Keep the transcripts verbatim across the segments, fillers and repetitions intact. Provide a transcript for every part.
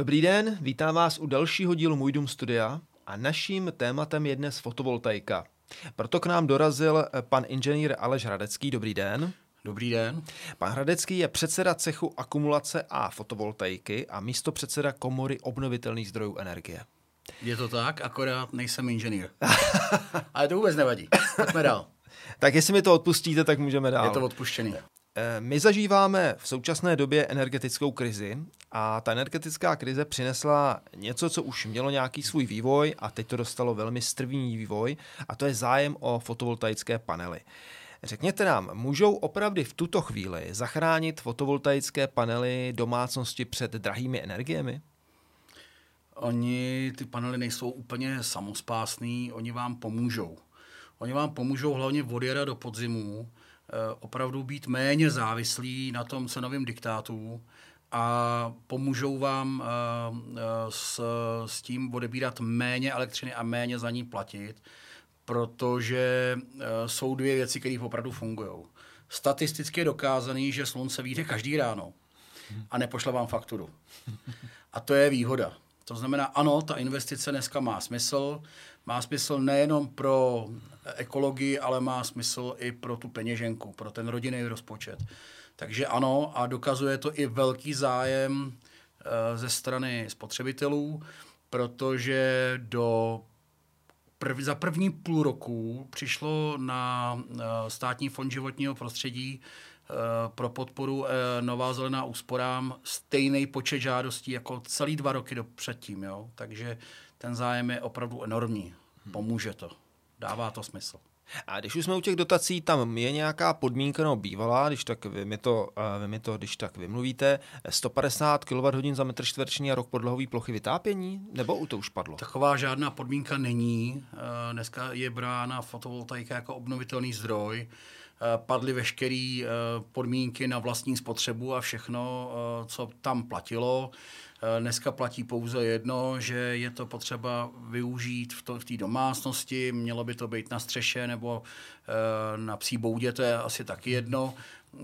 Dobrý den, vítám vás u dalšího dílu Můj dům studia a naším tématem je dnes fotovoltaika. Proto k nám dorazil pan inženýr Aleš Hradecký. Dobrý den. Dobrý den. Pan Hradecký je předseda cechu akumulace a fotovoltaiky a místopředseda komory obnovitelných zdrojů energie. Je to tak, akorát nejsem inženýr. Ale to vůbec nevadí. Pojďme dál. Tak jestli mi to odpustíte, tak můžeme dál. Je to odpuštěný. My zažíváme v současné době energetickou krizi a ta energetická krize přinesla něco, co už mělo nějaký svůj vývoj a teď to dostalo velmi strmý vývoj a to je zájem o fotovoltaické panely. Řekněte nám, můžou opravdu v tuto chvíli zachránit fotovoltaické panely domácnosti před drahými energiemi? Oni, ty panely nejsou úplně samospásný, oni vám pomůžou. Oni vám pomůžou hlavně od jara do podzimu opravdu být méně závislí na tom cenovém diktátu a pomůžou vám s, s tím odebírat méně elektřiny a méně za ní platit, protože jsou dvě věci, které opravdu fungují. Statisticky je dokázaný, že slunce vyjde každý ráno a nepošle vám fakturu. A to je výhoda. To znamená, ano, ta investice dneska má smysl. Má smysl nejenom pro ekologii, ale má smysl i pro tu peněženku, pro ten rodinný rozpočet. Takže ano, a dokazuje to i velký zájem e, ze strany spotřebitelů, protože do prv, za první půl roku přišlo na e, Státní fond životního prostředí pro podporu Nová zelená úsporám stejný počet žádostí jako celý dva roky do předtím. Jo? Takže ten zájem je opravdu enormní. Pomůže to. Dává to smysl. A když už jsme u těch dotací, tam je nějaká podmínka, no bývalá, když tak vy mi to, vy mi to když tak vymluvíte, sto padesát kilowatthodin za metr čtvereční a rok podlahové plochy vytápění? Nebo u to už padlo? Taková žádná podmínka není. Dneska je brána fotovoltaika jako obnovitelný zdroj. Padly veškeré podmínky na vlastní spotřebu a všechno, co tam platilo. Dneska platí pouze jedno, že je to potřeba využít v té v domácnosti, mělo by to být na střeše nebo na psí boudě, to je asi taky jedno.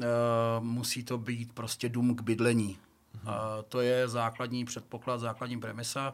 Musí to být prostě dům k bydlení. Mhm. To je základní předpoklad, základní premisa.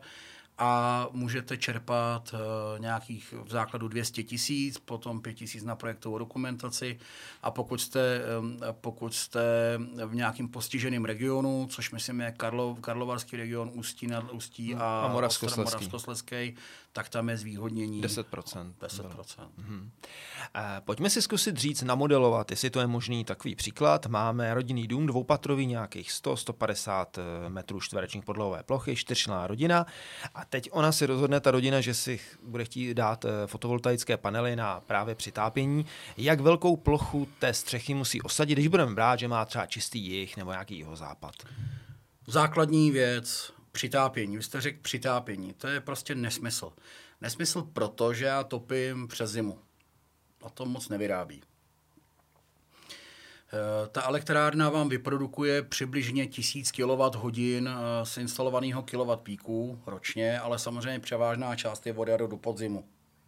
A můžete čerpat uh, nějakých v základu dvě stě tisíc, potom pět tisíc na projektovou dokumentaci a pokud jste, um, pokud jste v nějakým postiženém regionu, což myslím je Karlo, Karlovarský region, Ústí, nad, Ústí a, a Moravskoslezský, tak tam je zvýhodnění deset procent. deset procent. Mhm. Pojďme si zkusit říct, namodelovat, jestli to je možný takový příklad. Máme rodinný dům, dvoupatrový, nějakých sto až sto padesát metrů čtverečních podlahové plochy, čtyřčlenná rodina. A teď ona si rozhodne, ta rodina, že si bude chtít dát fotovoltaické panely na právě přitápění. Jak velkou plochu té střechy musí osadit, když budeme brát, že má třeba čistý jih nebo nějaký jihozápad? Základní věc, přitápění. Vy jste řekl přitápění. To je prostě nesmysl. Nesmysl proto, že já topím přes zimu. A to moc nevyrábí. Ta elektrárna vám vyprodukuje přibližně tisíc kilowatthodin z instalovaného kilowatt píku ročně, ale samozřejmě převážná část je od jara do podzimu.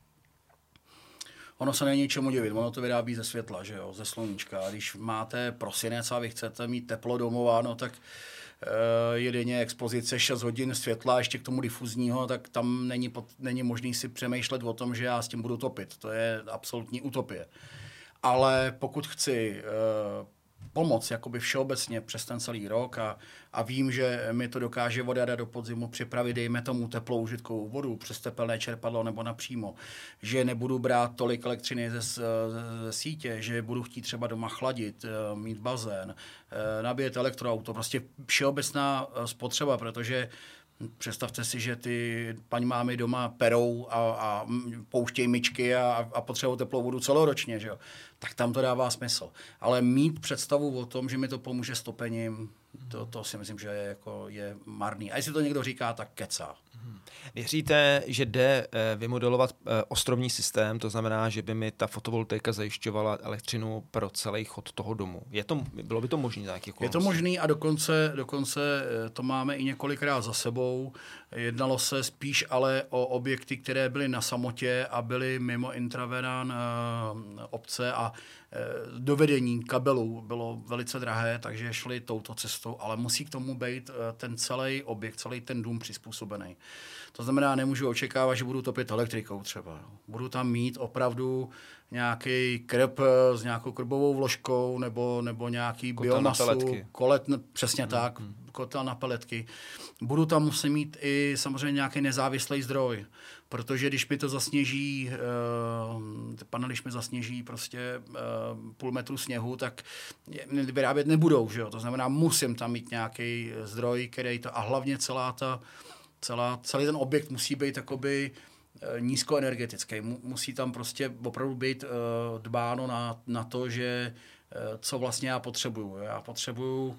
Ono se není čemu divit, ono to vyrábí ze světla, že jo, ze sluníčka. A když máte prosinec a vy chcete mít teplo domova, no tak je denně expozice šest hodin světla, ještě k tomu difuzního, tak tam není, není možný si přemýšlet o tom, že já s tím budu topit. To je absolutní utopie. Ale pokud chci uh, pomoct jakoby všeobecně přes ten celý rok a, a vím, že mi to dokáže od jara do podzimu připravit, dejme tomu teplou užitkovou vodu přes tepelné čerpadlo nebo napřímo, že nebudu brát tolik elektřiny ze, ze, ze sítě, že budu chtít třeba doma chladit, uh, mít bazén, uh, nabíjet elektroauto, prostě všeobecná uh, spotřeba, protože představte si, že ty paní mámy doma perou a, a pouštějí myčky a, a potřebují teplou vodu celoročně, že jo? Tak tam to dává smysl. Ale mít představu o tom, že mi to pomůže s topením, to, to si myslím, že je, jako, je marný. A jestli to někdo říká, tak kecá. Věříte, že jde vymodelovat ostrovní systém, to znamená, že by mi ta fotovoltaika zajišťovala elektřinu pro celý chod toho domu? Je to, bylo by to možné? Je to možné a dokonce, dokonce to máme i několikrát za sebou. Jednalo se spíš ale o objekty, které byly na samotě a byly mimo intravenán obce a a dovedení kabelů bylo velice drahé, takže šli touto cestou, ale musí k tomu být ten celý objekt, celý ten dům přizpůsobený. To znamená, nemůžu očekávat, že budu topit elektrikou třeba. Budu tam mít opravdu nějaký krb s nějakou krbovou vložkou nebo, nebo nějaký kotel biomasu, na peletky. kolet, přesně hmm. tak, hmm. kotel na peletky. Budu tam muset mít i samozřejmě nějaký nezávislý zdroj, protože když mi to zasněží, eh, panely, když mi zasněží prostě eh, půl metru sněhu, tak vyrábět nebudou, že jo? To znamená, musím tam mít nějaký zdroj, který to, a hlavně celá ta, celá, celý ten objekt musí být jakoby nízkoenergetický. Musí tam prostě opravdu být uh, dbáno na, na to, že uh, co vlastně já potřebuju. Já potřebuju uh,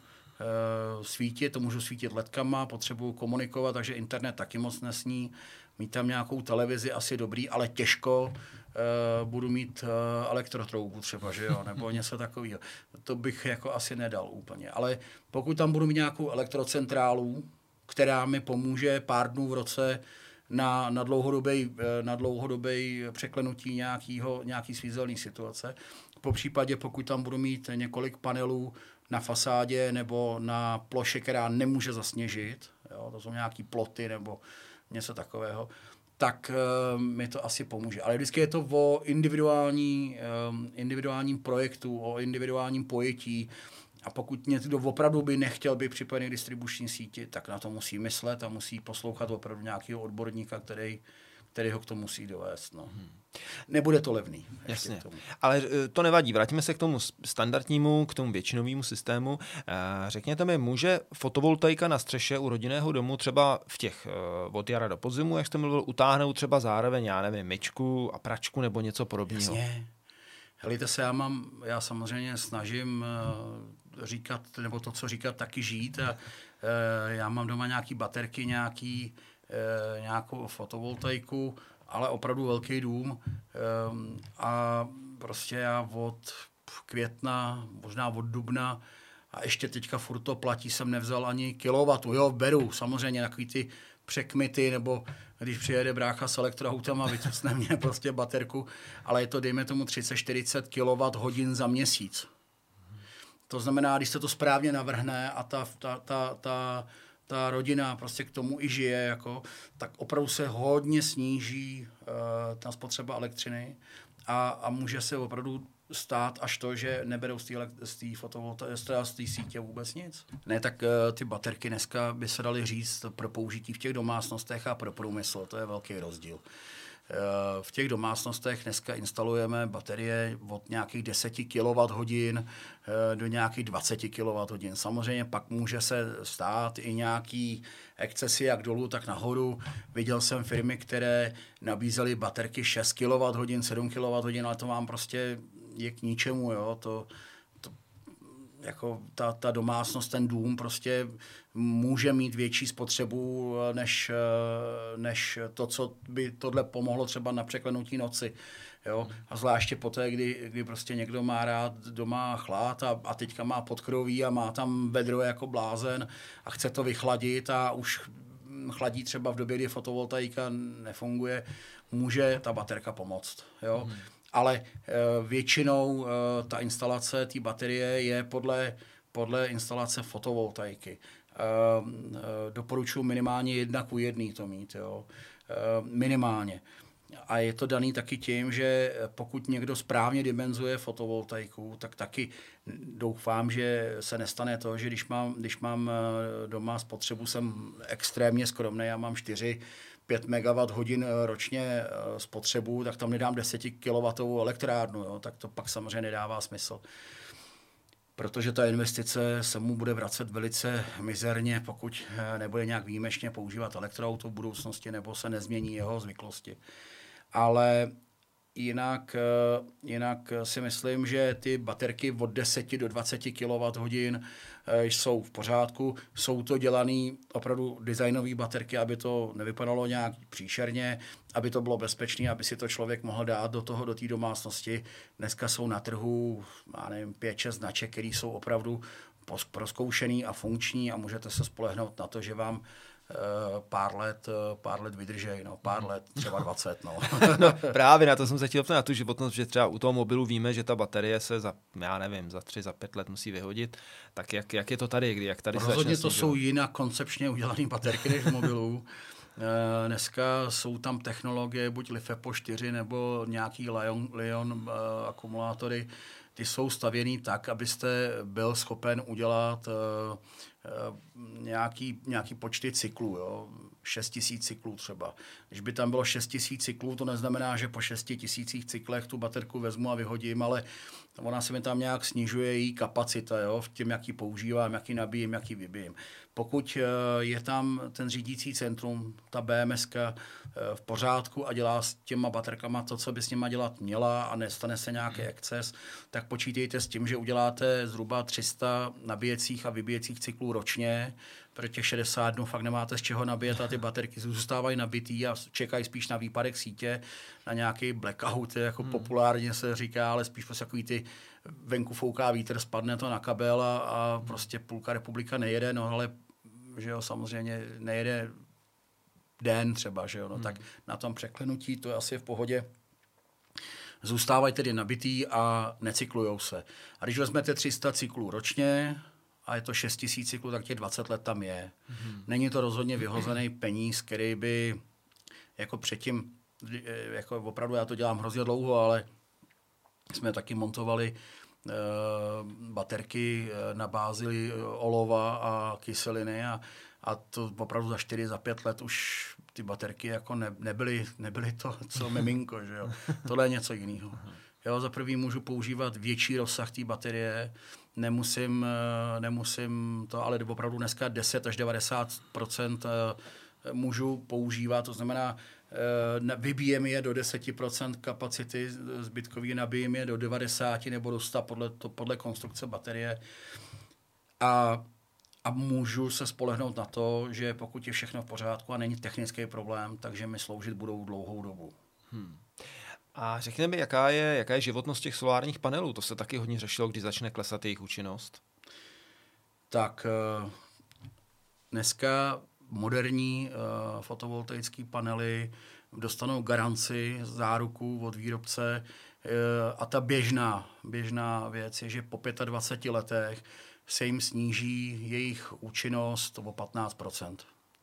svítit, to můžu svítit ledkama, potřebuju komunikovat, takže internet taky moc nesní. Mít tam nějakou televizi asi dobrý, ale těžko uh, budu mít uh, elektrotroubu třeba, že jo, nebo něco takového. To bych jako asi nedal úplně. Ale pokud tam budu mít nějakou elektrocentrálu, která mi pomůže pár dnů v roce na, na dlouhodobý na dlouhodobý překlenutí nějakýho, nějaký svízelné situace. Po případě, pokud tam budu mít několik panelů na fasádě nebo na ploše, která nemůže zasněžit, jo, to jsou nějaký ploty nebo něco takového, tak uh, mi to asi pomůže. Ale vždycky je to o individuální, um, individuálním projektu, o individuálním pojetí. A pokud někdo opravdu by nechtěl být připojený k distribuční síti, tak na to musí myslet a musí poslouchat opravdu nějakého odborníka, který, který ho k tomu musí dovést. No. Hmm. Nebude to levný. Jasně. Ale to nevadí. Vrátíme se k tomu standardnímu, k tomu většinovému systému. Řekněte mi, může fotovoltaika na střeše u rodinného domu třeba v těch od jara do podzimu, jak jste mluvil, utáhnout třeba zároveň, já nevím, myčku a pračku nebo něco podobného? Jasně. Helejte se, já mám, já samozřejmě snažím uh, říkat, nebo to, co říkat, taky žít a uh, já mám doma nějaký baterky, nějaký, uh, nějakou fotovoltaiku, ale opravdu velký dům um, a prostě já od května, možná od dubna a ještě teďka furt to platí, jsem nevzal ani kilowatu, jo, beru samozřejmě takový ty překmity, nebo když přijede brácha s elektroautem a vycucne mě prostě baterku, ale je to, dejme tomu, třicet čtyřicet kilowatthodin za měsíc. To znamená, když se to správně navrhne a ta, ta, ta, ta, ta rodina prostě k tomu i žije, jako, tak opravdu se hodně sníží uh, ta spotřeba elektřiny a, a může se opravdu stát až to, že neberou z té fotovoltaiky, z té sítě vůbec nic. Ne, tak uh, ty baterky dneska by se daly říct pro použití v těch domácnostech a pro průmysl, to je velký rozdíl. Uh, v těch domácnostech dneska instalujeme baterie od nějakých deset kilowatthodin uh, do nějakých dvacet kilowatthodin. Samozřejmě pak může se stát i nějaký excesy jak dolů, tak nahoru. Viděl jsem firmy, které nabízely baterky šest kilowatthodin, sedm kilowatthodin, ale to vám prostě je k ničemu, jo, to, to jako ta, ta domácnost, ten dům prostě může mít větší spotřebu než, než to, co by tohle pomohlo třeba na překlenutí noci, jo, a zvláště poté, kdy, kdy prostě někdo má rád doma chlad a, a teďka má podkroví a má tam vedro jako blázen a chce to vychladit a už chladí třeba v době, kdy fotovoltaika nefunguje, může ta baterka pomoct, jo. Hmm. Ale e, většinou e, ta instalace té baterie je podle, podle instalace fotovoltaiky. E, e, doporučuji minimálně jedna ku jedný to mít, jo. E, minimálně. A je to daný taky tím, že pokud někdo správně dimenzuje fotovoltaiku, tak taky doufám, že se nestane to, že když mám, když mám doma spotřebu, jsem extrémně skromný, já mám čtyři pět megawatthodin ročně spotřebu, tak tam nedám deset kilowattovou elektrárnu, jo, tak to pak samozřejmě nedává smysl. Protože ta investice se mu bude vracet velice mizerně, pokud nebude nějak výjimečně používat elektroauto v budoucnosti nebo se nezmění jeho zvyklosti. Ale jinak, jinak si myslím, že ty baterky od deset do dvacet kilowatthodin jsou v pořádku. Jsou to dělané opravdu designové baterky, aby to nevypadalo nějak příšerně, aby to bylo bezpečné, aby si to člověk mohl dát do toho, do té domácnosti. Dneska jsou na trhu, já nevím, pět, šest značek, které jsou opravdu prozkoušený a funkční a můžete se spolehnout na to, že vám pár let, pár let vydržej, no, pár let, třeba dvacet, no. No, právě na to jsem se chtěl ptát, na tu životnost, že třeba u toho mobilu víme, že ta baterie se za, já nevím, za tři, za pět let musí vyhodit, tak jak, jak je to tady, kdy, jak tady se rozhodně začne to snižovat? jsou jinak koncepčně udělané baterky než v mobilu. Dneska jsou tam technologie, buď LiFePO čtyři nebo nějaký Lion, Lion uh, akumulátory, ty jsou stavěný tak, abyste byl schopen udělat uh, uh, nějaký, nějaký počty cyklů, jo? šest tisíc cyklů třeba. Když by tam bylo šest tisíc cyklů, to neznamená, že po šesti tisících cyklech tu baterku vezmu a vyhodím, ale ona se mi tam nějak snižuje její kapacita, jo? V tím, jak ji používám, jak ji nabíjím, jak ji vybijím. Pokud je tam ten řídící centrum, ta bé em eska v pořádku a dělá s těma baterkama to, co by s nima dělat měla a nestane se nějaký exces, tak počítejte s tím, že uděláte zhruba tři sta nabíjecích a vybíjecích cyklů ročně. Pro těch šedesát dnů fakt nemáte z čeho nabíjet a ty baterky zůstávají nabitý a čekají spíš na výpadek sítě, na nějaký blackout, jako hmm. populárně se říká, ale spíš prostě takový ty venku fouká vítr, spadne to na kabel a, a hmm. prostě půlka republika nejede, no ale že jo, samozřejmě nejede den třeba, že jo, no, hmm. tak na tom překlenutí to je asi v pohodě. Zůstávají tedy nabitý a necyklujou se. A když vezmete tři sta cyklů ročně a je to šest tisíc cyklů, tak těch dvacet let tam je. Hmm. Není to rozhodně vyhozený peníz, který by jako předtím, jako opravdu já to dělám hrozně dlouho, ale jsme taky montovali uh, baterky na bázi olova a kyseliny a, a to opravdu za čtyři, za pět let už ty baterky jako ne, nebyly, nebyly to, co miminko, že jo. Tohle je něco jiného. Jo, za prvý můžu používat větší rozsah té baterie, nemusím, nemusím to, ale opravdu dneska deset až devadesát procent můžu používat, to znamená, vybíjem je do deset procent kapacity zbytkový, nabijím je do devadesát nebo do sta podle, to, podle konstrukce baterie a, a můžu se spolehnout na to, že pokud je všechno v pořádku a není technický problém, takže mi sloužit budou dlouhou dobu. Hmm. A řekněme mi, jaká je, jaká je životnost těch solárních panelů? To se taky hodně řešilo, když začne klesat jejich účinnost. Tak dneska moderní uh, fotovoltaické panely dostanou garanci, záruku od výrobce uh, a ta běžná, běžná věc je, že po dvaceti pěti letech se jim sníží jejich účinnost o patnáct procent.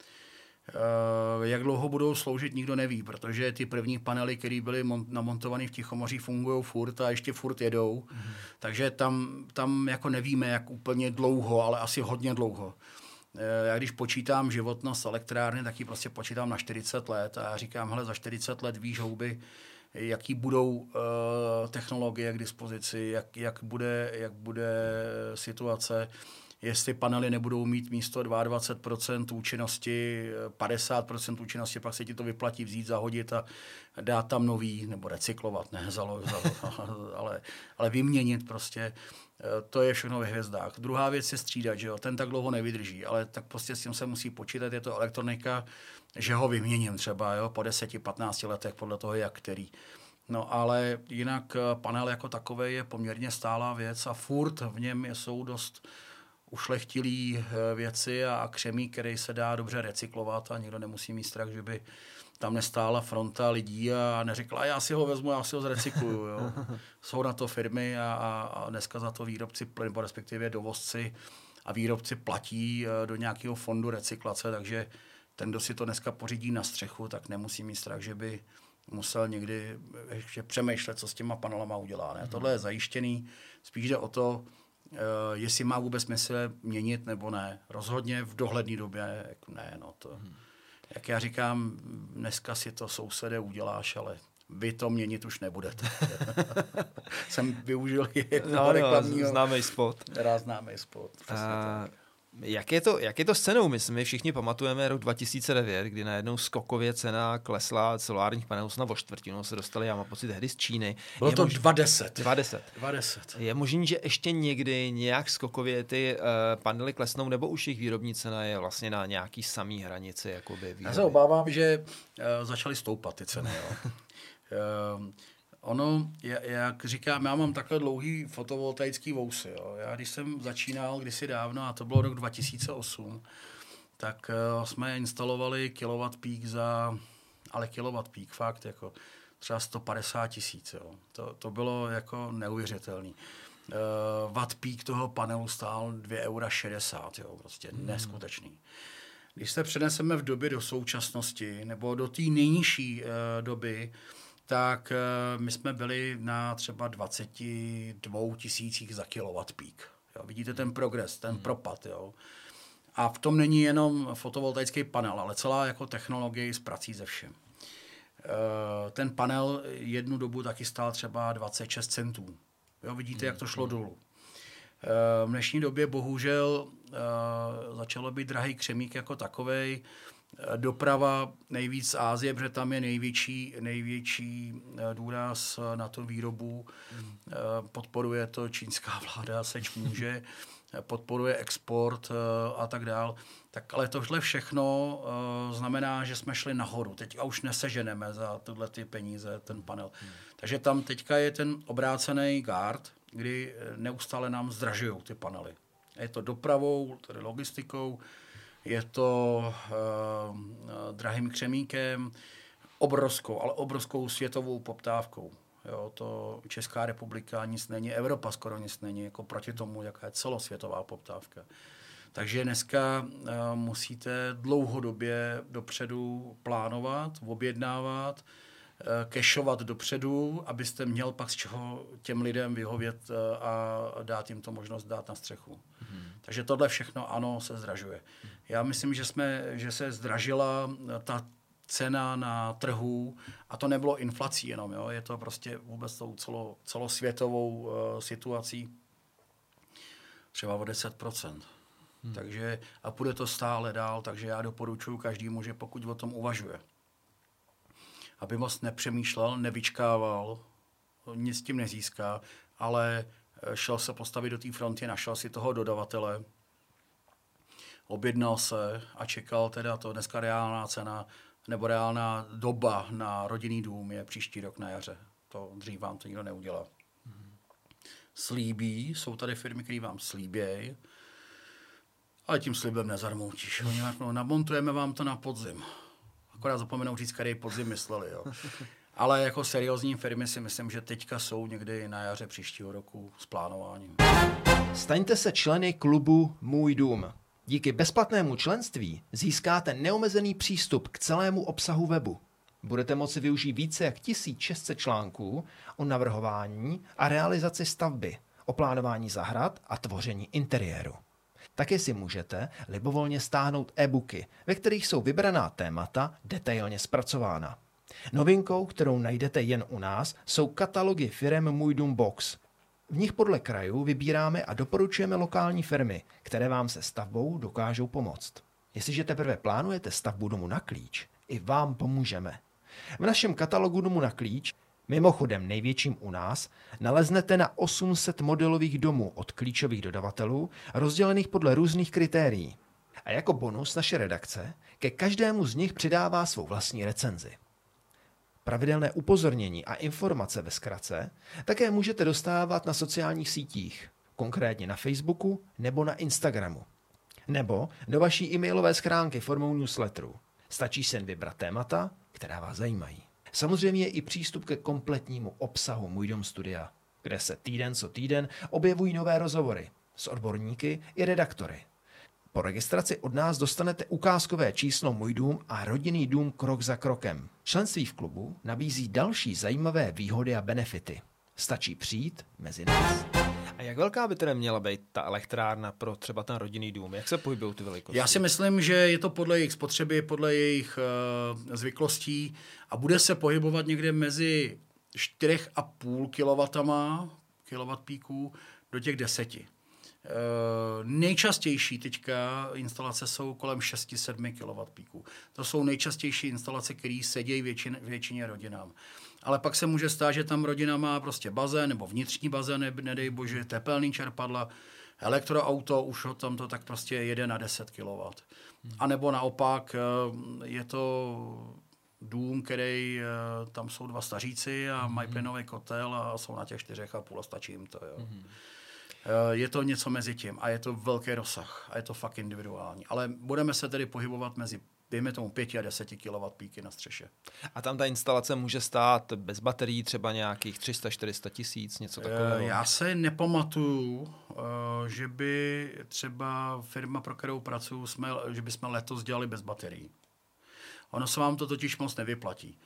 Uh, jak dlouho budou sloužit, nikdo neví, protože ty první panely, které byly mon- namontované v Tichomoří, fungují furt a ještě furt jedou, mm. takže tam, tam jako nevíme, jak úplně dlouho, ale asi hodně dlouho. Já když počítám životnost elektrárny, tak ji prostě počítám na čtyřicet let a já říkám, hele, za čtyřicet let víš houby, jaký budou uh, technologie k dispozici, jak, jak, bude, jak bude situace, jestli panely nebudou mít místo dvacet dva procent účinnosti, padesát procent účinnosti, pak se ti to vyplatí vzít, zahodit a dát tam nový, nebo recyklovat, ne, zalo, zalo, ale, ale vyměnit prostě. To je všechno ve hvězdách. Druhá věc je střídat, že jo, ten tak dlouho nevydrží, ale tak prostě s tím se musí počítat, je to elektronika, že ho vyměním třeba, jo, po deseti, patnácti letech, podle toho, jak který. No ale jinak panel jako takový je poměrně stálá věc a furt v něm jsou dost ušlechtilý věci a křemí, který se dá dobře recyklovat a nikdo nemusí mít strach, že by tam nestála fronta lidí a neřekla, já si ho vezmu, já si ho zrecykluju. Jo. Jsou na to firmy a, a dneska za to výrobci, nebo respektive dovozci a výrobci platí do nějakého fondu recyklace, takže ten, kdo si to dneska pořídí na střechu, tak nemusí mít strach, že by musel někdy ještě přemýšlet, co s těma panelama udělá. Ne? Tohle je zajištěný, spíš jde o to, Uh, jestli má vůbec smysl měnit nebo ne. Rozhodně v dohledné době ne. No to, hmm. Jak já říkám, dneska si to sousedé uděláš, ale vy to měnit už nebudete. Jsem využil jednoho no, reklamního. Známý spot. Známý spot. Uh, jak, je to, jak je to s cenou? My, my všichni pamatujeme rok dva tisíce devět, kdy najednou skokově cena klesla solárních panelů na o čtvrtinu, se dostali, já mám pocit, tehdy z Číny. Bylo je to mož... dvacet. dvacet. dvacet. Je možný, že ještě někdy nějak skokově ty uh, panely klesnou, nebo už jejich výrobní cena je vlastně na nějaký samý hranici? Jakoby výroby? Já se obávám, že uh, začaly stoupat ty ceny. Jo. uh, Ono, jak říkám, já mám takhle dlouhý fotovoltaický vousy. Jo. Já když jsem začínal kdysi dávno, a to bylo rok dva tisíce osm, tak jsme instalovali kilowatt peak za, ale kilowatt peak fakt jako třeba sto padesát tisíc. Jo. To, to bylo jako neuvěřitelný. Uh, watt peak toho panelu stál dvě eura šedesát, jo, prostě hmm. neskutečný. Když se přeneseme v době do současnosti, nebo do té nejnižší uh, doby, tak uh, my jsme byli na třeba dvacet dva tisících za kilowatt peak. Jo. Vidíte ten progres, ten hmm. propad. Jo. A v tom není jenom fotovoltaický panel, ale celá jako technologie s prací ze všem. Uh, ten panel jednu dobu taky stál třeba dvacet šest centů. Jo, vidíte, jak to šlo dolů. V dnešní době bohužel začalo být drahý křemík jako takovej. Doprava nejvíc z Asie, protože tam je největší, největší důraz na tu výrobu. Podporuje to čínská vláda, seč může, podporuje export a tak dál. Tak ale tohle všechno znamená, že jsme šli nahoru. Teďka už neseženeme za tyhle ty peníze ten panel. Hmm. Takže tam teďka je ten obrácený gard, kdy neustále nám zdražují ty panely. Je to dopravou, tedy logistikou, je to uh, drahým křemíkem, obrovskou, ale obrovskou světovou poptávkou. Jo, to Česká republika nic není, Evropa skoro nic není, jako proti tomu, jaká je celosvětová poptávka. Takže dneska uh, musíte dlouhodobě dopředu plánovat, objednávat, uh, kešovat dopředu, abyste měl pak z čeho těm lidem vyhovět uh, a dát jim to možnost dát na střechu. Hmm. Takže tohle všechno, ano, se zdražuje. Hmm. Já myslím, že, jsme, že se zdražila ta cena na trhu, a to nebylo inflací jenom, jo? Je to prostě vůbec tou celo, celosvětovou uh, situací třeba o deset procent. Hmm. Takže, a půjde to stále dál, takže já doporučuji každému, že pokud o tom uvažuje, aby moc nepřemýšlel, nevyčkával, nic s tím nezíská, ale šel se postavit do té fronty, našel si toho dodavatele, objednal se a čekal teda to. Dneska reálná cena nebo reálná doba na rodinný dům je příští rok na jaře. To dřív vám to nikdo neudělá. Hmm. Slíbí, jsou tady firmy, které vám slíbějí, ale tím slibem nezarmoutíš. Oni no, namontujeme vám to na podzim. Akorát zapomenou říct, který podzim mysleli. Jo. Ale jako seriózní firmy si myslím, že teďka jsou někdy na jaře příštího roku s plánováním. Staňte se členy klubu Můj dům. Díky bezplatnému členství získáte neomezený přístup k celému obsahu webu. Budete moci využít více jak tisíc šest set článků o navrhování a realizaci stavby, o plánování zahrad a tvoření interiéru. Také si můžete libovolně stáhnout e-booky, ve kterých jsou vybraná témata detailně zpracována. Novinkou, kterou najdete jen u nás, jsou katalogy firem Můj dům Box. V nich podle krajů vybíráme a doporučujeme lokální firmy, které vám se stavbou dokážou pomoct. Jestliže teprve plánujete stavbu domu na klíč, i vám pomůžeme. V našem katalogu domu na klíč, mimochodem největším u nás, naleznete na osm set modelových domů od klíčových dodavatelů, rozdělených podle různých kritérií. A jako bonus naše redakce ke každému z nich přidává svou vlastní recenzi. Pravidelné upozornění a informace ve zkratce také můžete dostávat na sociálních sítích, konkrétně na Facebooku nebo na Instagramu. Nebo do vaší e-mailové schránky formou newsletteru. Stačí si jen vybrat témata, která vás zajímají. Samozřejmě je i přístup ke kompletnímu obsahu Můj dům studia, kde se týden co týden objevují nové rozhovory s odborníky i redaktory. Po registraci od nás dostanete ukázkové číslo Můj dům a rodinný dům krok za krokem. Členství v klubu nabízí další zajímavé výhody a benefity. Stačí přijít mezi nás. A jak velká by tedy měla být ta elektrárna pro třeba ten rodinný dům? Jak se pohybují ty velikosti? Já si myslím, že je to podle jejich spotřeby, podle jejich uh, zvyklostí a bude se pohybovat někde mezi čtyři a půl kilowattama, kilowatt peaků, do těch deseti. Uh, nejčastější teďka instalace jsou kolem šest sedm kilowatt peaků. To jsou nejčastější instalace, které sedějí většin, většině rodinám. Ale pak se může stát, že tam rodina má prostě bazén nebo vnitřní bazén, ne, nedej bože, tepelný čerpadla, elektroauto, už ho tam to tak prostě jede na deset kilowattů. Hmm. A nebo naopak je to dům, který tam jsou dva staříci a hmm. mají plynový kotel a jsou na těch čtyřech a půl a stačí jim to. Jo. Hmm. Je to něco mezi tím a je to velký rozsah a je to fakt individuální. Ale budeme se tedy pohybovat mezi dejme tomu pět a deset kilowattů píky na střeše. A tam ta instalace může stát bez baterií třeba nějakých tři sta čtyři sta tisíc, něco takového? Já se nepamatuju, že by třeba firma, pro kterou pracuji, jsme, že bychom letos dělali bez baterií. Ono se vám to totiž moc nevyplatí.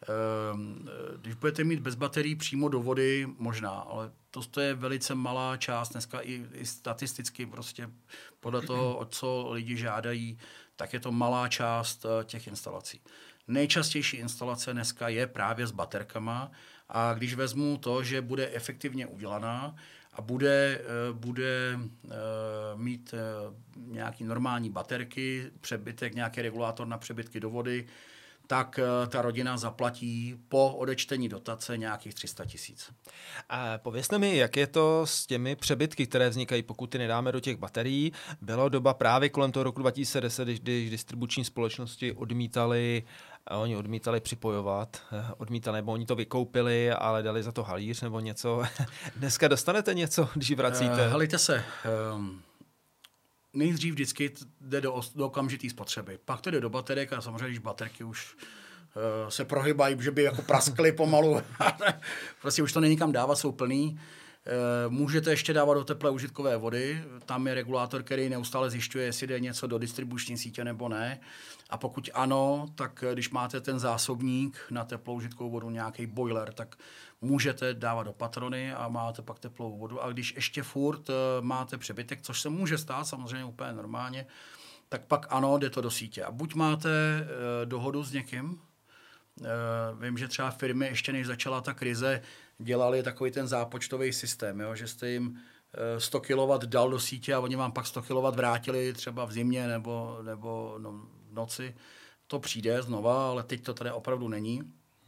Když budete mít bez baterií přímo do vody, možná, ale to, to je velice malá část. Dneska i, i statisticky prostě podle toho, o co lidi žádají, tak je to malá část těch instalací. Nejčastější instalace dneska je právě s baterkama a když vezmu to, že bude efektivně udělaná a bude, bude mít nějaký normální baterky, přebytek, nějaký regulátor na přebytky do vody, tak ta rodina zaplatí po odečtení dotace nějakých tři sta tisíc. A povězte mi, jak je to s těmi přebytky, které vznikají, pokud ty nedáme do těch baterií. Byla doba právě kolem toho roku dva tisíce deset, když, když distribuční společnosti odmítali, oni odmítali připojovat, odmítali, nebo oni to vykoupili, ale dali za to halíř nebo něco. Dneska dostanete něco, když vracíte? Uh, helejte se, um... nejdřív vždycky jde do, do okamžitý spotřeby. Pak to jde do baterek a samozřejmě, když baterky už uh, se prohybají, že by jako praskly pomalu, prostě už to není kam dávat, jsou plný. Uh, můžete ještě dávat do teplé užitkové vody, tam je regulátor, který neustále zjišťuje, jestli jde něco do distribuční sítě nebo ne. A pokud ano, tak když máte ten zásobník na teplou užitkovou vodu, nějaký boiler, tak můžete dávat do patrony a máte pak teplou vodu. A když ještě furt uh, máte přebytek, což se může stát samozřejmě úplně normálně, tak pak ano, jde to do sítě. A buď máte uh, dohodu s někým, uh, vím, že třeba firmy ještě než začala ta krize, dělali takový ten zápočtový systém, jo, že jste jim uh, sto kilowattů dal do sítě a oni vám pak sto kilowattů vrátili třeba v zimě nebo, nebo no, v noci. To přijde znova, ale teď to tady opravdu není.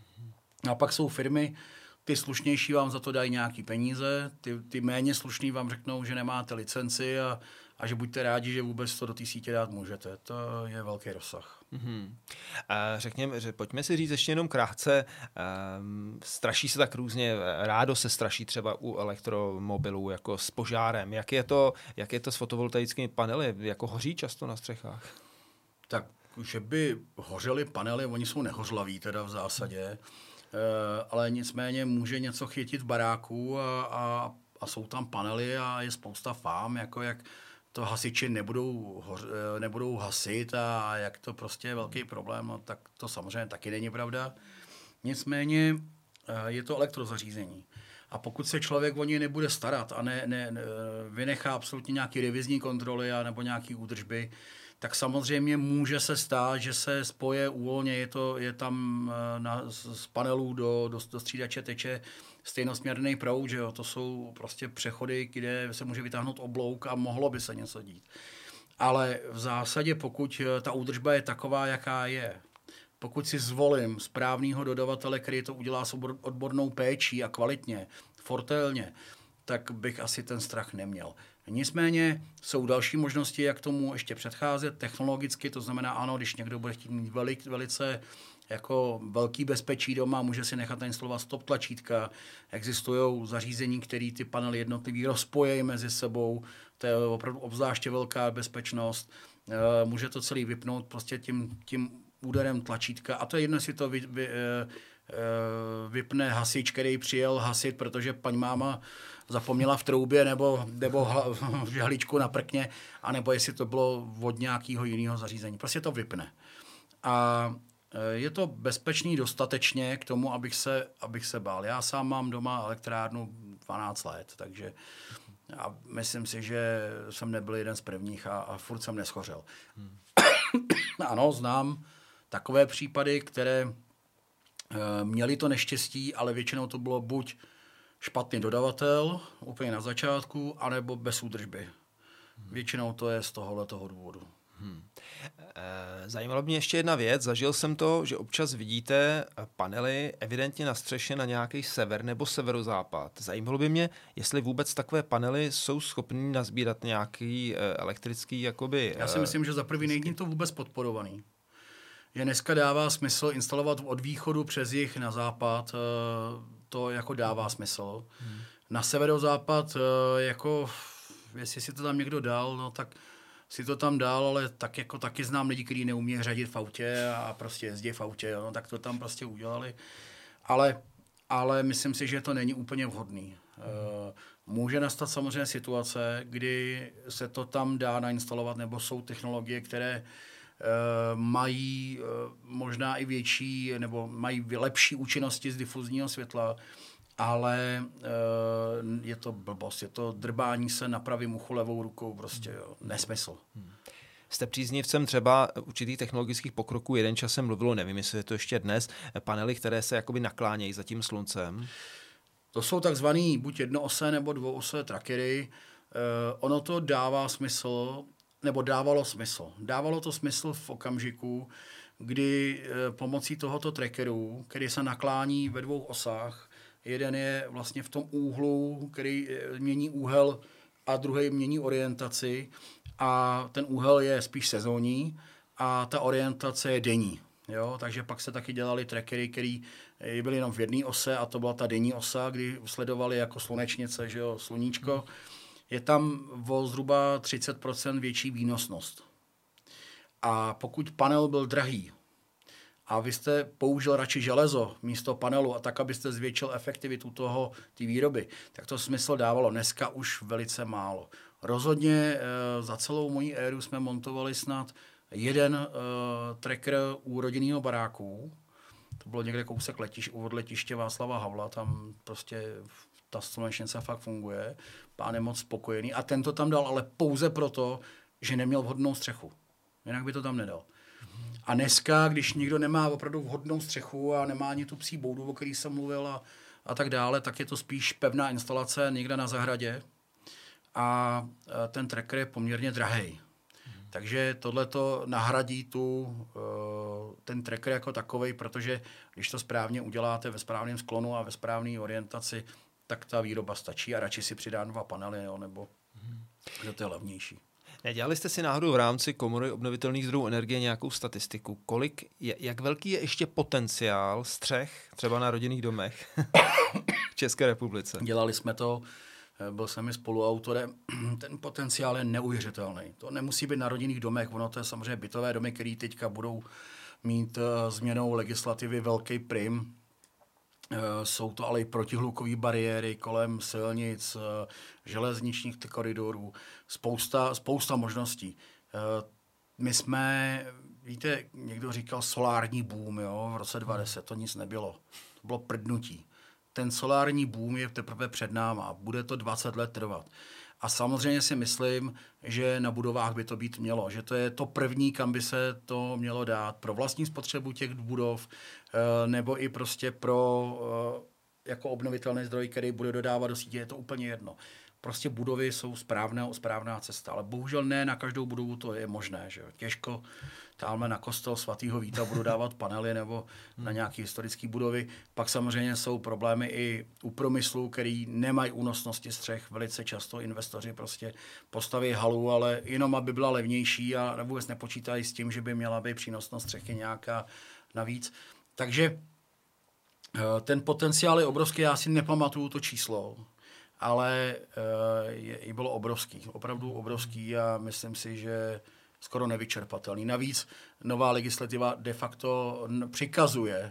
A pak jsou firmy, ty slušnější vám za to dají nějaký peníze, ty, ty méně slušný vám řeknou, že nemáte licenci a, a že buďte rádi, že vůbec to do té sítě dát můžete. To je velký rozsah. Mm-hmm. A řekněme, že pojďme si říct ještě jenom krátce, um, straší se tak různě, rádo se straší třeba u elektromobilů jako s požárem. Jak je to, jak je to s fotovoltaickými panely? Jako hoří často na střechách? Tak, že by hořely panely, oni jsou nehořlaví teda v zásadě, Uh, ale nicméně může něco chytit v baráku a, a, a jsou tam panely a je spousta fám, jako jak to hasiči nebudou, hoř, nebudou hasit a jak to prostě je velký problém, no, tak to samozřejmě taky není pravda. Nicméně uh, je to elektrozařízení. A pokud se člověk o něj nebude starat a ne, ne, ne, vynechá absolutně nějaký revizní kontroly a nebo nějaký údržby, tak samozřejmě může se stát, že se spoje uvolně, je, to, je tam na, z panelů do, do, do střídače teče stejnosměrný proud, že jo? To jsou prostě přechody, kde se může vytáhnout oblouk a mohlo by se něco dít. Ale v zásadě, pokud ta údržba je taková, jaká je, pokud si zvolím správného dodavatele, který to udělá s odbornou péčí a kvalitně, fortelně, tak bych asi ten strach neměl. Nicméně jsou další možnosti, jak tomu ještě předcházet technologicky, to znamená ano, když někdo bude chtít mít velik, velice jako velký bezpečí doma, může si nechat nainstalovat stop tlačítka, existují zařízení, které ty panely jednotlivý rozpojejí mezi sebou, to je opravdu obzvláště velká bezpečnost, může to celý vypnout prostě tím, tím úderem tlačítka a to je jedno, jestli to vy, vy, vypne hasič, který přijel hasit, protože paní máma zapomněla v troubě nebo, nebo v žehličku na prkně, anebo jestli to bylo od nějakého jiného zařízení. Prostě to vypne. A je to bezpečný dostatečně k tomu, abych se, abych se bál. Já sám mám doma elektrárnu dvanáct let, takže a myslím si, že jsem nebyl jeden z prvních a, a furt jsem neschořel. Hmm. Ano, znám takové případy, které měli to neštěstí, ale většinou to bylo buď špatný dodavatel, úplně na začátku, anebo bez údržby. Hmm. Většinou to je z tohohle toho důvodu. Hmm. Zajímalo mě ještě jedna věc. Zažil jsem to, že občas vidíte panely evidentně na střeše na nějaký sever nebo severozápad. Zajímalo by mě, jestli vůbec takové panely jsou schopný nazbírat nějaký elektrický jakoby... Já si myslím, že za prvý není to vůbec podporovaný. Že dneska dává smysl instalovat od východu přes jih na západ, to jako dává smysl. Hmm. Na severozápad, jako, jestli si to tam někdo dal, no tak si to tam dal, ale tak jako taky znám lidi, kteří neumí řadit v autě a prostě jezdí v autě, jo, no, tak to tam prostě udělali. Ale, ale myslím si, že to není úplně vhodný. Hmm. Může nastat samozřejmě situace, kdy se to tam dá nainstalovat, nebo jsou technologie, které mají možná i větší, nebo mají lepší účinnosti z difuzního světla, ale je to blbost, je to drbání se na pravým uchu levou rukou, prostě jo, nesmysl. Hmm. Jste příznivcem třeba určitých technologických pokroků, jeden čas se mluvilo, nevím, jestli je to ještě dnes, panely, které se jakoby naklánějí za tím sluncem? To jsou takzvaný buď jednoosé nebo dvouosé trackery. Ono to dává smysl, nebo dávalo smysl. Dávalo to smysl v okamžiku, kdy pomocí tohoto trackeru, který se naklání ve dvou osách, jeden je vlastně v tom úhlu, který mění úhel a druhý mění orientaci a ten úhel je spíš sezónní a ta orientace je denní. Jo? Takže pak se taky dělali trackery, který byly jenom v jedné ose a to byla ta denní osa, kdy sledovali jako slunečnice, že jo, sluníčko. Je tam o zhruba třicet procent větší výnosnost. A pokud panel byl drahý a vy jste použil radši železo místo panelu a tak, abyste zvětšil efektivitu toho, té výroby, tak to smysl dávalo. Dneska už velice málo. Rozhodně e, za celou moji éru jsme montovali snad jeden e, tracker u rodinného baráku. To bylo někde kousek letiš, od letiště Václava Havla, tam prostě ta slunečnice fakt funguje. Pán je moc spokojený a ten to tam dal, ale pouze proto, že neměl vhodnou střechu. Jinak by to tam nedal. A dneska, když někdo nemá opravdu vhodnou střechu a nemá ani tu psí boudu, o který jsem mluvil a, a tak dále, tak je to spíš pevná instalace někde na zahradě a ten tracker je poměrně drahej. Hmm. Takže tohleto nahradí tu, ten tracker jako takovej, protože když to správně uděláte ve správném sklonu a ve správné orientaci, tak ta výroba stačí a radši si přidám dva panely, jo, nebo hmm. že to je levnější. Nedělali jste si náhodou v rámci Komory obnovitelných zdrojů energie nějakou statistiku? Kolik je, jak velký je ještě potenciál střech třeba na rodinných domech v České republice? Dělali jsme to, byl jsem i spoluautorem. Ten potenciál je neuvěřitelný. To nemusí být na rodinných domech, ono to je samozřejmě bytové domy, které teďka budou mít změnou legislativy velký prim. Jsou to ale i protihlukové bariéry kolem silnic, železničních koridorů, spousta, spousta možností. My jsme, víte, někdo říkal solární boom, jo, v roce dva tisíce deset, to nic nebylo. To bylo prdnutí. Ten solární boom je teprve před náma, bude to dvacet let trvat. A samozřejmě si myslím, že na budovách by to být mělo, že to je to první, kam by se to mělo dát pro vlastní spotřebu těch budov, nebo i prostě pro jako obnovitelný zdroj, který bude dodávat do sítě, je to úplně jedno. Prostě budovy jsou správná, správná cesta, ale bohužel ne na každou budovu to je možné. Že jo? Těžko tamhle na kostel svatého Víta budu dávat panely nebo na nějaké historické budovy. Pak samozřejmě jsou problémy i u průmyslu, který nemají únosnosti střech. Velice často investoři prostě postaví halu, ale jenom aby byla levnější a vůbec nepočítají s tím, že by měla být přínosnost střechy nějaká navíc. Takže ten potenciál je obrovský, já si nepamatuju to číslo, ale je, je bylo obrovský, opravdu obrovský a myslím si, že skoro nevyčerpatelný. Navíc nová legislativa de facto přikazuje,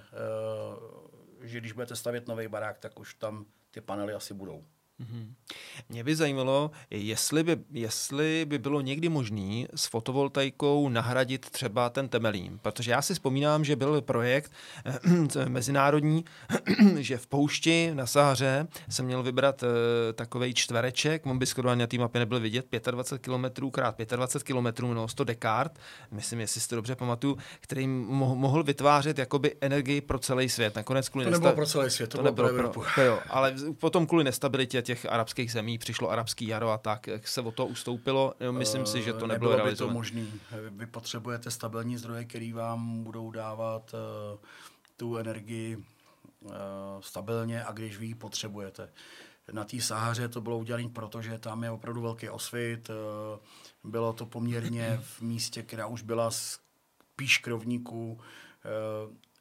že když budete stavět nový barák, tak už tam ty panely asi budou. Mm-hmm. Mě by zajímalo, jestli by, jestli by bylo někdy možné s fotovoltaikou nahradit třeba ten temelín, protože já si vzpomínám, že byl projekt eh, mezinárodní, že v poušti na Sahaře jsem měl vybrat eh, takovej čtvereček, on by skoro na té mapě nebyl vidět, dvacet pět kilometrů krát dvacet pět kilometrů, no sto dekard, myslím, jestli si to dobře pamatuju, který mo- mohl vytvářet jakoby energii pro celý svět. Nakonec kvůli to nebylo nesta- pro celý svět, to, to bylo pro Evropu. Pro, jo, ale potom kvůli nestabilitě těch arabských zemí přišlo arabský jaro a tak se o to ustoupilo. Myslím si, že to nebylo realizované. Nebylo by to možný. Vy potřebujete stabilní zdroje, který vám budou dávat uh, tu energii uh, stabilně a když vy ji potřebujete. Na té Sahaře to bylo udělané, protože tam je opravdu velký osvit. Uh, bylo to poměrně v místě, která už byla spíš krovníků. Uh,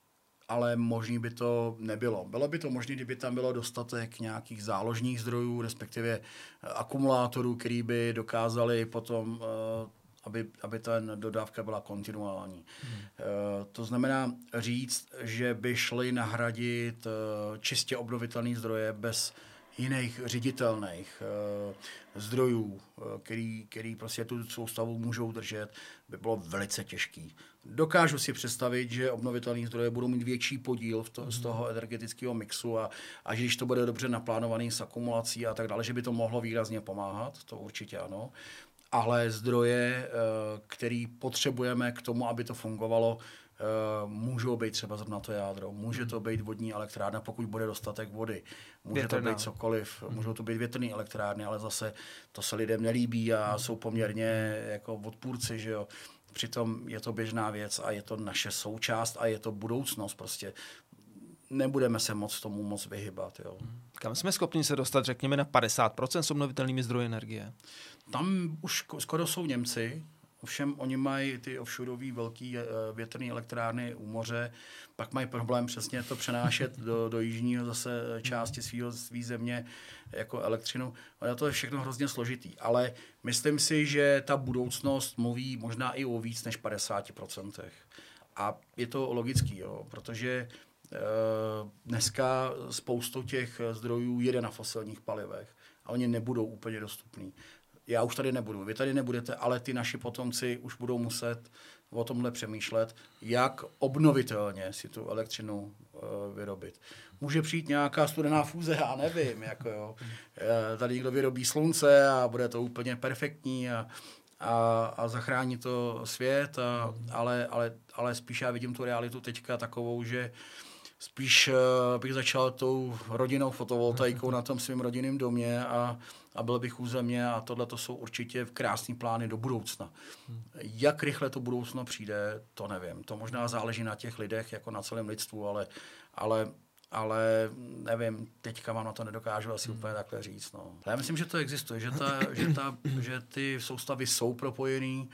ale možný by to nebylo. Bylo by to možné, kdyby tam bylo dostatek nějakých záložních zdrojů, respektive akumulátorů, který by dokázali potom, aby, aby ta dodávka byla kontinuální. Hmm. To znamená říct, že by šli nahradit čistě obnovitelné zdroje bez jiných ředitelných uh, zdrojů, uh, který, který prostě tu soustavu můžou držet, by bylo velice těžký. Dokážu si představit, že obnovitelné zdroje budou mít větší podíl v to, mm. z toho energetického mixu a, a že když to bude dobře naplánovaný s akumulací a tak dále, že by to mohlo výrazně pomáhat, to určitě ano. Ale zdroje, uh, který potřebujeme k tomu, aby to fungovalo, Uh, můžou být třeba zrovna to jádro, může to být vodní elektrárna, pokud bude dostatek vody, může Větrná. to být cokoliv, hmm. můžou to být větrné elektrárny, ale zase to se lidem nelíbí a hmm. jsou poměrně jako odpůrci, že jo. Přitom je to běžná věc a je to naše součást a je to budoucnost prostě. Nebudeme se moc tomu moc vyhybat, jo. Kam jsme schopni se dostat, řekněme, na padesát procent s obnovitelnými zdroji energie? Tam už skoro jsou Němci. Ovšem oni mají ty offshoreové velké větrné elektrárny u moře, pak mají problém přesně to přenášet do, do jižního zase části svého své země jako elektřinu. Ale to je všechno hrozně složitý. Ale myslím si, že ta budoucnost mluví možná i o víc než padesát procent. A je to logický, jo, protože e, dneska spoustu těch zdrojů jede na fosilních palivech a oni nebudou úplně dostupní. Já už tady nebudu, vy tady nebudete, ale ty naši potomci už budou muset o tomhle přemýšlet, jak obnovitelně si tu elektřinu uh, vyrobit. Může přijít nějaká studená fúze, já nevím, jako jo. Tady někdo vyrobí slunce a bude to úplně perfektní a, a, a zachrání to svět, a, ale, ale, ale spíš já vidím tu realitu teďka takovou, že spíš uh, bych začal tou rodinnou fotovoltaikou na tom svém rodinném domě a, a byl bych u země a tohle to jsou určitě krásný plány do budoucna. Hmm. Jak rychle to budoucno přijde, to nevím. To možná záleží na těch lidech, jako na celém lidstvu, ale, ale, ale nevím, teďka vám na to nedokážu asi hmm. úplně takhle říct. No. Já myslím, že to existuje, že, ta, že, ta, že ty soustavy jsou propojený,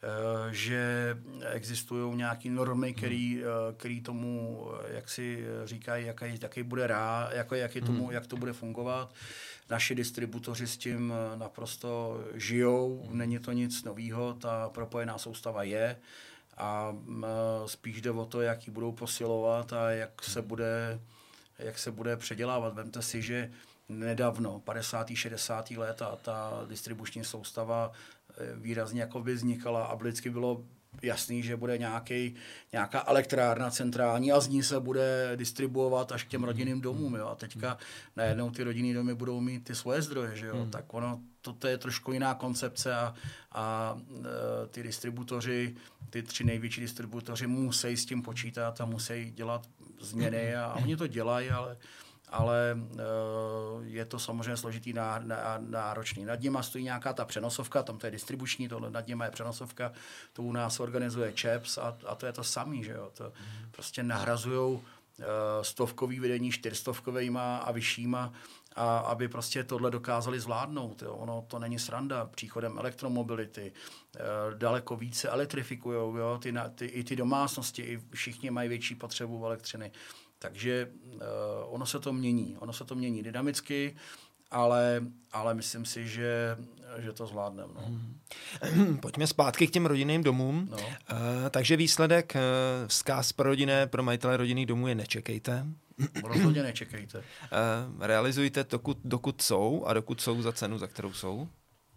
že existují nějaké normy, který, který tomu, jak si říkají, jaký, jaký bude rá, jako, jak, je tomu, jak to bude fungovat. Naši distributoři s tím naprosto žijou, není to nic nového, ta propojená soustava je a spíš jde o to, jak ji budou posilovat a jak se bude, jak se bude předělávat. Vemte si, že nedávno, padesátých šedesátých let, a ta distribuční soustava výrazně jako by vznikala a vždycky bylo jasný, že bude nějaký, nějaká elektrárna centrální a z ní se bude distribuovat až k těm rodinným domům. Jo. A teďka najednou ty rodinný domy budou mít ty svoje zdroje. Že jo. Hmm. Tak ono, to je trošku jiná koncepce a, a e, ty distributoři, ty tři největší distributoři musí s tím počítat a musí dělat změny a, a oni to dělají, ale ale uh, je to samozřejmě složitý ná, ná, náročný. Nad něma stojí nějaká ta přenosovka, tam to je distribuční, tohle nad něma je přenosovka, to u nás organizuje ČEPS a, a to je to samý, že jo. To mm. prostě nahrazujou uh, stovkový vedení čtyřstovkovejma a vyššíma, a aby prostě tohle dokázali zvládnout. Jo. Ono to není sranda. Příchodem elektromobility uh, daleko více elektrifikujou, jo. Ty, ty, i ty domácnosti, i všichni mají větší potřebu elektřiny. Takže uh, ono se to mění, ono se to mění dynamicky, ale, ale myslím si, že, že to zvládneme. No. Pojďme zpátky k těm rodinným domům. No. Uh, takže výsledek, uh, vzkaz pro rodinné, pro majitele rodinných domů je nečekejte. Rozhodně nečekejte. Uh, realizujte, dokud, dokud jsou a dokud jsou za cenu, za kterou jsou.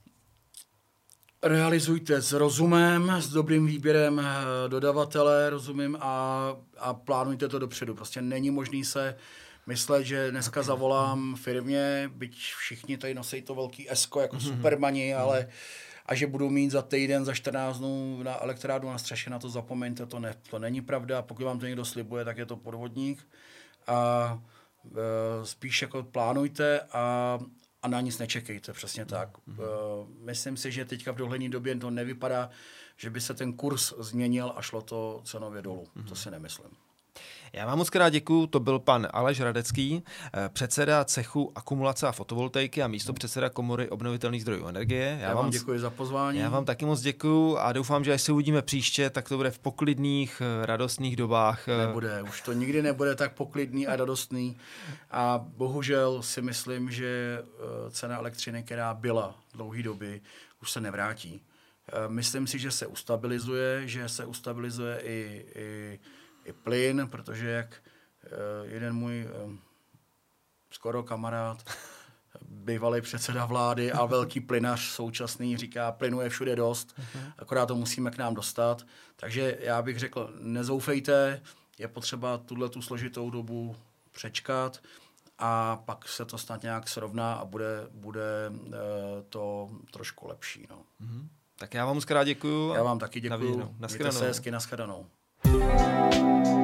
Realizujte s rozumem, s dobrým výběrem dodavatele, rozumím, a, a plánujte to dopředu. Prostě není možný se myslet, že dneska zavolám firmě, byť všichni tady nosí to velký esko jako mm-hmm. supermani, ale a že budu mít za týden, za čtrnáct dnů na elektrárnu na střeše, na to zapomeňte, to, ne, to není pravda. Pokud vám to někdo slibuje, tak je to podvodník. A e, spíš jako plánujte a A na nic nečekejte, přesně tak. Mm-hmm. Uh, myslím si, že teďka v dohledné době to nevypadá, že by se ten kurz změnil a šlo to cenově dolů. Mm-hmm. To si nemyslím. Já vám moc krát děkuju, to byl pan Aleš Radecký, předseda cechu akumulace a fotovoltaiky a místo předseda komory obnovitelných zdrojů energie. Já, Já vám děkuji za pozvání. Já vám taky moc děkuju a doufám, že až se uvidíme příště, tak to bude v poklidných, radostných dobách. Nebude, už to nikdy nebude tak poklidný a radostný a bohužel si myslím, že cena elektřiny, která byla dlouhé doby, už se nevrátí. Myslím si, že se ustabilizuje, že se ustabilizuje i, i, i plyn, protože jak jeden můj skoro kamarád, bývalý předseda vlády a velký plynař současný říká, plynu je všude dost, akorát to musíme k nám dostat. Takže já bych řekl, nezoufejte, je potřeba tuhletu složitou dobu přečkat a pak se to snad nějak srovná a bude, bude to trošku lepší. No. Mm-hmm. Tak já vám moc krát děkuju. Já vám taky děkuju. Mějte se hezky, nashledanou.